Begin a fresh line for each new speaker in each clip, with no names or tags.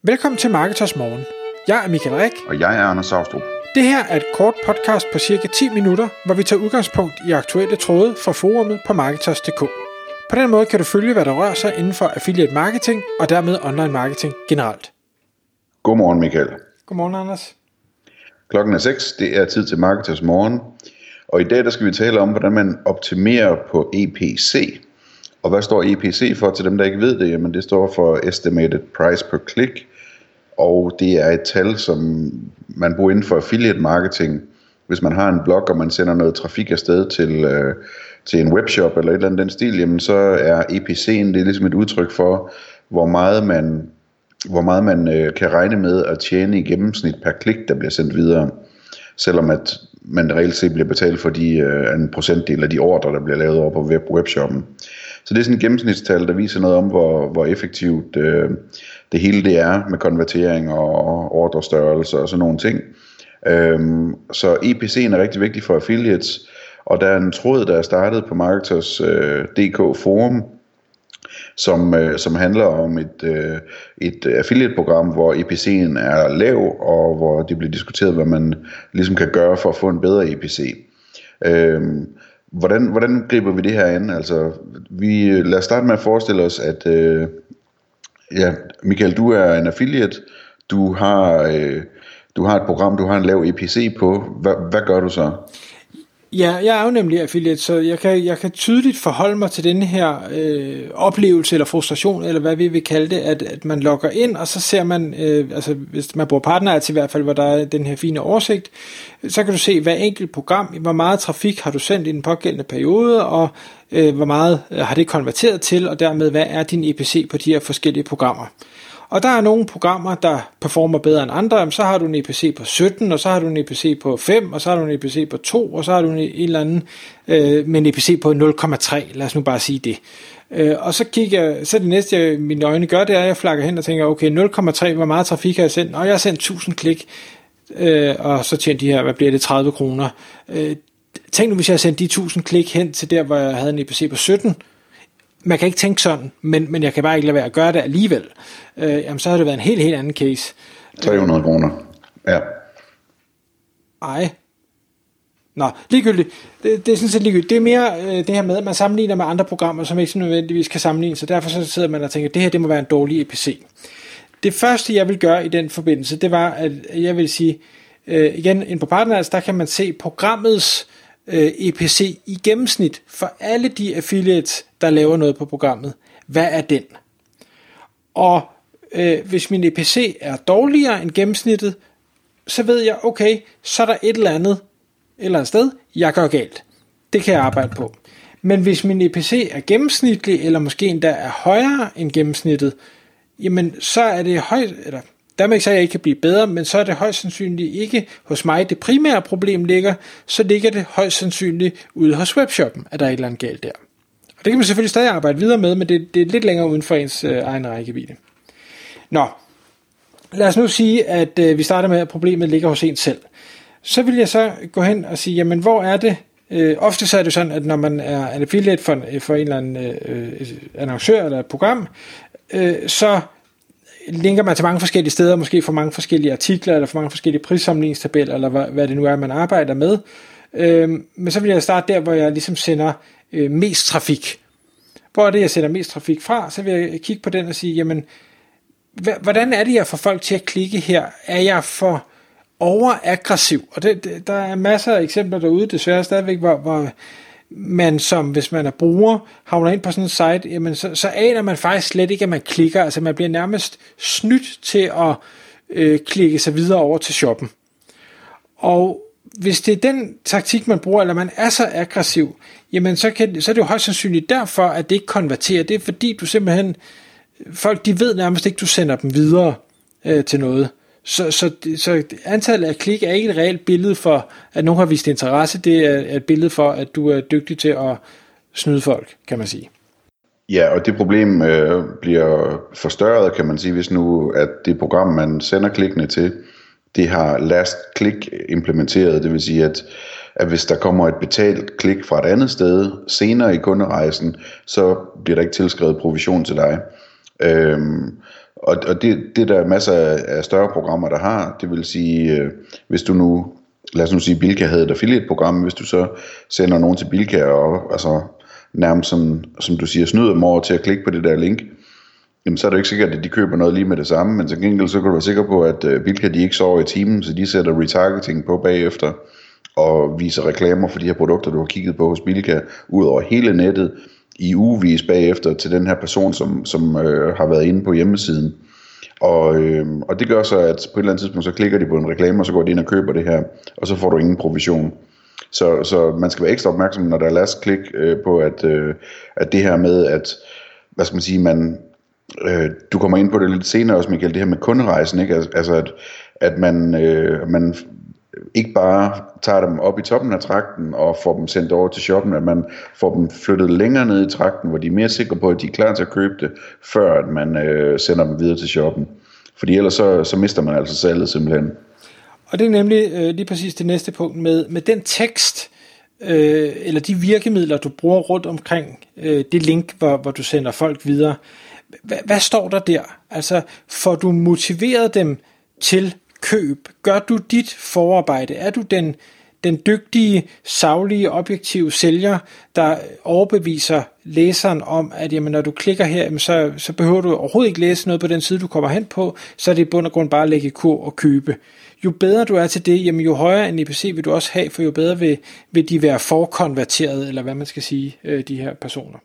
Velkommen til Marketers Morgen. Jeg er Michael Rik.
Og jeg er Anders Saustrup.
Det her er et kort podcast på cirka 10 minutter, hvor vi tager udgangspunkt i aktuelle tråde fra forumet på Marketers.dk. På den måde kan du følge, hvad der rører sig inden for affiliate marketing og dermed online marketing generelt.
Godmorgen Michael.
Godmorgen Anders.
Klokken er 6, det er tid til Marketers Morgen. Og i dag der skal vi tale om, hvordan man optimerer på EPC. Og hvad står EPC for til dem, der ikke ved det? Jamen det står for Estimated Price Per Click. Og det er et tal, som man bruger inden for affiliate marketing. Hvis man har en blog, og man sender noget trafik afsted til en webshop eller et eller andet den stil, jamen så er EPC'en, det er ligesom et udtryk for, hvor meget man kan regne med at tjene i gennemsnit per klik, der bliver sendt videre. Selvom at man reelt set bliver betalt for en procentdel af de ordre, der bliver lavet over på webshoppen. Så det er sådan et gennemsnitstal, der viser noget om, hvor effektivt det hele det er med konvertering og ordrestørrelse og sådan nogle ting. Så EPC'en er rigtig vigtig for affiliates, og der er en tråd, der er startet på Marketers.dk forum, som handler om et affiliate-program, hvor EPC'en er lav, og hvor det bliver diskuteret, hvad man ligesom kan gøre for at få en bedre EPC. Hvordan griber vi det her an? Altså, lad os starte med at forestille os, at Michael, du er en affiliate, du har et program, du har en lav EPC på. Hvad gør du så?
Ja, jeg er jo nemlig affiliate, så jeg kan tydeligt forholde mig til denne her oplevelse eller frustration, eller hvad vi vil kalde det, at man logger ind, og så ser man, altså hvis man bruger partner, i hvert fald, hvor der er den her fine oversigt, så kan du se hver enkelt program, hvor meget trafik har du sendt i den pågældende periode, og hvor meget har det konverteret til, og dermed hvad er din EPC på de her forskellige programmer. Og der er nogle programmer, der performer bedre end andre, så har du en EPC på 17, og så har du en EPC på 5, og så har du en EPC på 2, og så har du en eller anden med en EPC på 0,3, lad os nu bare sige det. Og så det næste, mine øjne gør, det er, at jeg flakker hen og tænker, okay, 0,3, hvor meget trafik har jeg sendt? Og jeg har sendt 1000 klik, og så tjener de her, hvad bliver det, 30 kroner. Tænk nu, hvis jeg sendte de 1000 klik hen til der, hvor jeg havde en EPC på 17, man kan ikke tænke sådan, men jeg kan bare ikke lade være at gøre det alligevel. Jamen, så har det været en helt anden case.
300 kroner. Ja.
Ej. Nå, ligegyldigt. Det er sådan set ligegyldigt. Det er mere det her med, at man sammenligner med andre programmer, som ikke så nødvendigvis kan sammenligne, så derfor så sidder man og tænker, at det her det må være en dårlig EPC. Det første, jeg vil gøre i den forbindelse, det var, at jeg vil sige, igen, ind på Partners, der kan man se programmets EPC i gennemsnit for alle de affiliates, der laver noget på programmet. Hvad er den? Og hvis min EPC er dårligere end gennemsnittet, så ved jeg, okay, så er der et eller andet sted, jeg gør galt. Det kan jeg arbejde på. Men hvis min EPC er gennemsnitlig, eller måske endda er højere end gennemsnittet, jamen så er det dermed ikke så, at jeg ikke kan blive bedre, men så er det højst sandsynligt ikke hos mig, det primære problem ligger, så ligger det højst sandsynligt ude hos webshoppen, at der er et eller andet galt der. Og det kan man selvfølgelig stadig arbejde videre med, men det er lidt længere uden for ens egen rækkevidde. Nå, lad os nu sige, at vi starter med, at problemet ligger hos en selv. Så vil jeg så gå hen og sige, jamen hvor er det? Ofte så er det sådan, at når man er en affiliate for en eller anden annoncør eller et program, så linker man til mange forskellige steder, måske for mange forskellige artikler, eller for mange forskellige prissammenligningstabeller, eller hvad det nu er, man arbejder med. Men så vil jeg starte der, hvor jeg ligesom sender mest trafik. Hvor er det, jeg sender mest trafik fra? Så vil jeg kigge på den og sige, jamen, hvordan er det, jeg får folk til at klikke her? Er jeg for overaggressiv? Og der er masser af eksempler derude, desværre stadigvæk, hvor man som, hvis man er bruger, havner ind på sådan en site, jamen så aner man faktisk slet ikke, at man klikker. Altså man bliver nærmest snydt til at klikke sig videre over til shoppen. Og hvis det er den taktik, man bruger, eller man er så aggressiv, jamen så er det jo højst sandsynligt derfor, at det ikke konverterer. Det er fordi, du simpelthen, folk de ved nærmest ikke, du sender dem videre til noget. Så antallet af klik er ikke et reelt billede for, at nogen har vist interesse. Det er et billede for, at du er dygtig til at snyde folk, kan man sige.
Ja, og det problem bliver forstørret, kan man sige, hvis nu at det program, man sender klikkene til, det har last click implementeret. Det vil sige, at hvis der kommer et betalt klik fra et andet sted senere i kunderejsen, så bliver der ikke tilskrevet provision til dig. Og det der er masser af større programmer, der har. Det vil sige, hvis du nu, lad os nu sige, Bilka havde et affiliate-program, hvis du så sender nogen til Bilka, og altså nærmest som du siger, snyder dem over til at klikke på det der link, jamen så er det jo ikke sikkert, at de køber noget lige med det samme, men til gengæld så kan du være sikker på, at Bilka de ikke sover i timen, så de sætter retargeting på bagefter, og viser reklamer for de her produkter, du har kigget på hos Bilka, ud over hele nettet, i ugevis bagefter til den her person, som har været inde på hjemmesiden. Og det gør så, at på et eller andet tidspunkt, så klikker de på en reklame, og så går de ind og køber det her, og så får du ingen provision. Så man skal være ekstra opmærksom, når der er last klik på, at det her med, at, hvad skal man sige, du kommer ind på det lidt senere også, Michael, det her med kunderejsen, ikke? Altså at man ikke bare tager dem op i toppen af trakten og får dem sendt over til shoppen, at man får dem flyttet længere ned i trakten, hvor de er mere sikre på, at de er klar til at købe det, før at man sender dem videre til shoppen. Fordi ellers så mister man altså salget simpelthen.
Og det er nemlig lige præcis det næste punkt med den tekst, eller de virkemidler, du bruger rundt omkring det link, hvor du sender folk videre. Hvad står der der? Altså, får du motiveret dem til køb? Gør du dit forarbejde? Er du den dygtige, saglige, objektive sælger, der overbeviser læseren om, at jamen, når du klikker her, jamen, så behøver du overhovedet ikke læse noget på den side, du kommer hen på, så er det i bund og grund bare at lægge i kur og købe. Jo bedre du er til det, jamen, jo højere en EPC vil du også have, for jo bedre vil de være forkonverteret, eller hvad man skal sige, de her personer.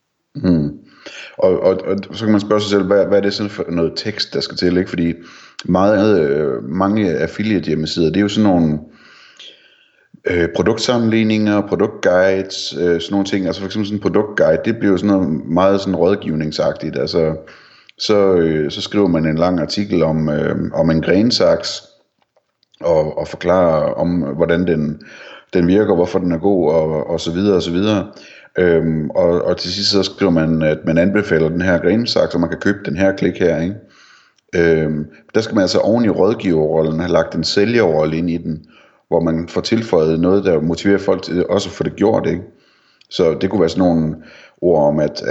Og så kan man spørge sig selv, hvad er det sådan for noget tekst, der skal til, ikke? Fordi mange affiliate hjemmesider, det er jo sådan nogle produktsammenligninger, produktguides, sådan nogle ting. Altså for eksempel sådan en produktguide, det bliver jo sådan noget meget sådan rådgivningsagtigt. Altså så skriver man en lang artikel om en grensaks og forklarer om hvordan den virker, hvorfor den er god og så videre og så videre. Og til sidst så skriver man, at man anbefaler den her grensaks, og man kan købe den her, klik her, ikke? Der skal man altså oven i rådgiverrollen have lagt en sælgerrolle ind i den, hvor man får tilføjet noget, der motiverer folk til også at få det gjort, ikke? Så det kunne være sådan nogle ord om, at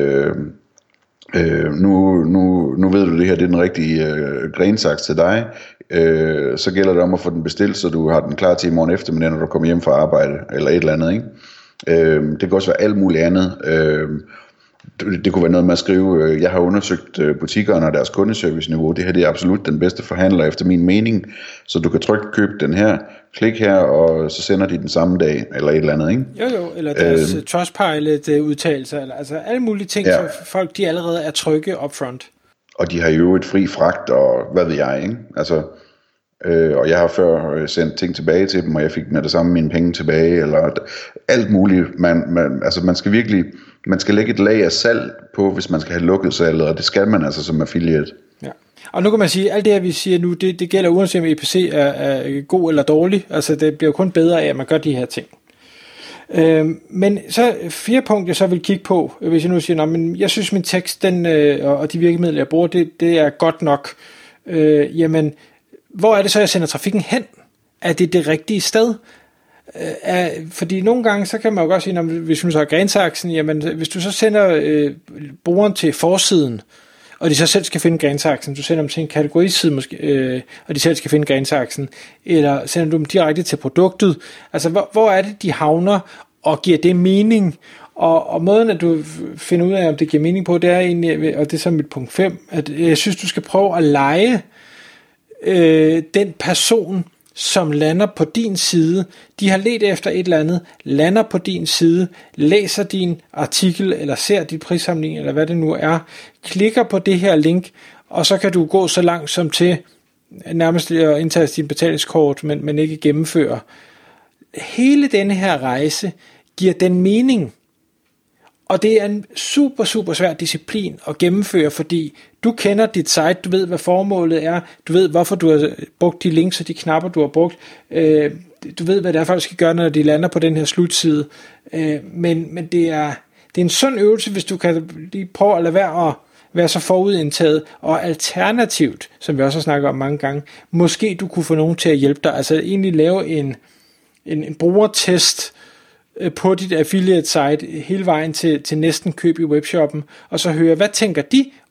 nu ved du det her, det er den rigtige grensaks til dig, så gælder det om at få den bestilt, så du har den klar til i morgen eftermiddag, når du kommer hjem fra arbejde, eller et eller andet, ikke? Det kan også være alt muligt andet. Det kunne være noget med at skrive, jeg har undersøgt butikkerne og deres kundeservice-niveau, det her det er absolut den bedste forhandler efter min mening, så du kan trygt købe den her, klik her, og så sender de den samme dag, eller et eller andet, ikke?
Jo, eller deres Trustpilot-udtalelser, eller altså alle mulige ting, så folk de allerede er trygge upfront.
Og de har jo et fri fragt, og hvad ved jeg, ikke? Altså, og jeg har før sendt ting tilbage til dem, og jeg fik med det samme mine penge tilbage, eller alt muligt. Man skal virkelig, man skal lægge et lag af salg på, hvis man skal have lukket salget, og det skal man altså som affiliate.
Ja. Og nu kan man sige, at alt det her vi siger nu, det gælder uanset om EPC er god eller dårlig, altså det bliver jo kun bedre af, at man gør de her ting. Men så 4 punkter jeg så vil kigge på, hvis jeg nu siger, men jeg synes min tekst og de virkemidler jeg bruger, det er godt nok. Jamen hvor er det så, jeg sender trafikken hen? Er det det rigtige sted? Fordi nogle gange, så kan man jo godt sige, hvis du så har grensaksen, jamen hvis du så sender brugeren til forsiden, og de så selv skal finde grensaksen, du sender dem til en kategoriside måske, og de selv skal finde grensaksen, eller sender du dem direkte til produktet, altså hvor er det, de havner, og giver det mening? Og måden, at du finder ud af, om det giver mening på, det er egentlig, og det er så mit punkt 5, at jeg synes, du skal prøve at lege den person, som lander på din side, de har let efter et eller andet, lander på din side, læser din artikel, eller ser dit prissamling, eller hvad det nu er, klikker på det her link, og så kan du gå så langt som til nærmest at indtaste din betalingskort, men ikke gennemføre. Hele denne her rejse giver den mening, og det er en super, super svær disciplin at gennemføre, fordi du kender dit site, du ved, hvad formålet er, du ved, hvorfor du har brugt de links og de knapper, du har brugt, du ved, hvad det er, folk skal gøre, når de lander på den her slutside, men det er en sund øvelse, hvis du kan lige prøve at lade være at være så forudindtaget, og alternativt, som vi også har snakket om mange gange, måske du kunne få nogen til at hjælpe dig, altså egentlig lave en brugertest på dit affiliate site hele vejen til næsten køb i webshoppen, og så høre, hvad tænker de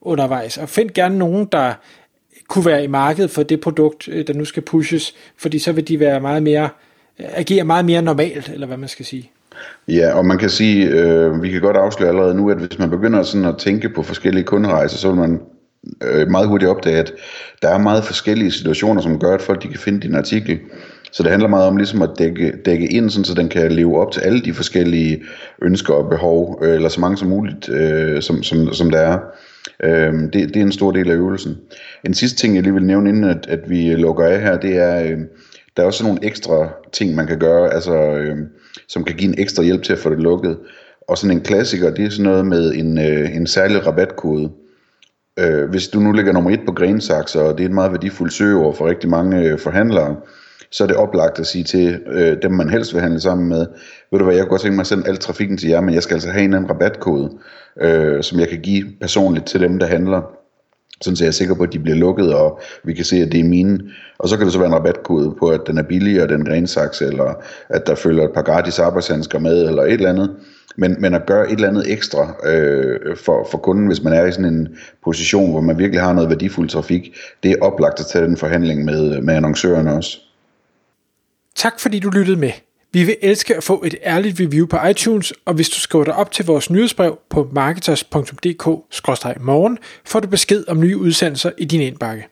undervejs, og find gerne nogen, der kunne være i markedet for det produkt, der nu skal pushes, fordi så vil de være agere meget mere normalt, eller hvad man skal sige.
Ja, og man kan sige, vi kan godt afsløre allerede nu, at hvis man begynder sådan at tænke på forskellige kunderejser, så vil man meget hurtigt opdage, at der er meget forskellige situationer, som gør, at folk de kan finde din artikel. Så det handler meget om ligesom at dække ind, sådan, så den kan leve op til alle de forskellige ønsker og behov, eller så mange som muligt, som der er. Det er en stor del af øvelsen. En sidste ting, jeg lige vil nævne, inden at vi lukker af her, det er, der er også nogle ekstra ting, man kan gøre, altså, som kan give en ekstra hjælp til at få det lukket. Og sådan en klassiker, det er sådan noget med en særlig rabatkode. Hvis du nu ligger nummer 1 på Greensax, og det er et meget værdifuldt søgeord for rigtig mange forhandlere, så er det oplagt at sige til dem, man helst vil handle sammen med, ved du hvad, jeg kunne godt tænke mig at sende al trafikken til jer, men jeg skal altså have en rabatkode, som jeg kan give personligt til dem, der handler, sådan så jeg er sikker på, at de bliver lukket, og vi kan se, at det er mine. Og så kan det så være en rabatkode på, at den er billigere, den Greensax, eller at der følger et par gratis arbejdshandsker med, eller et eller andet. Men at gøre et eller andet ekstra for kunden, hvis man er i sådan en position, hvor man virkelig har noget værdifuld trafik, det er oplagt at tage den forhandling med annoncørerne også.
Tak fordi du lyttede med. Vi vil elske at få et ærligt review på iTunes, og hvis du skriver dig op til vores nyhedsbrev på marketers.dk/morgen, får du besked om nye udsendelser i din indbakke.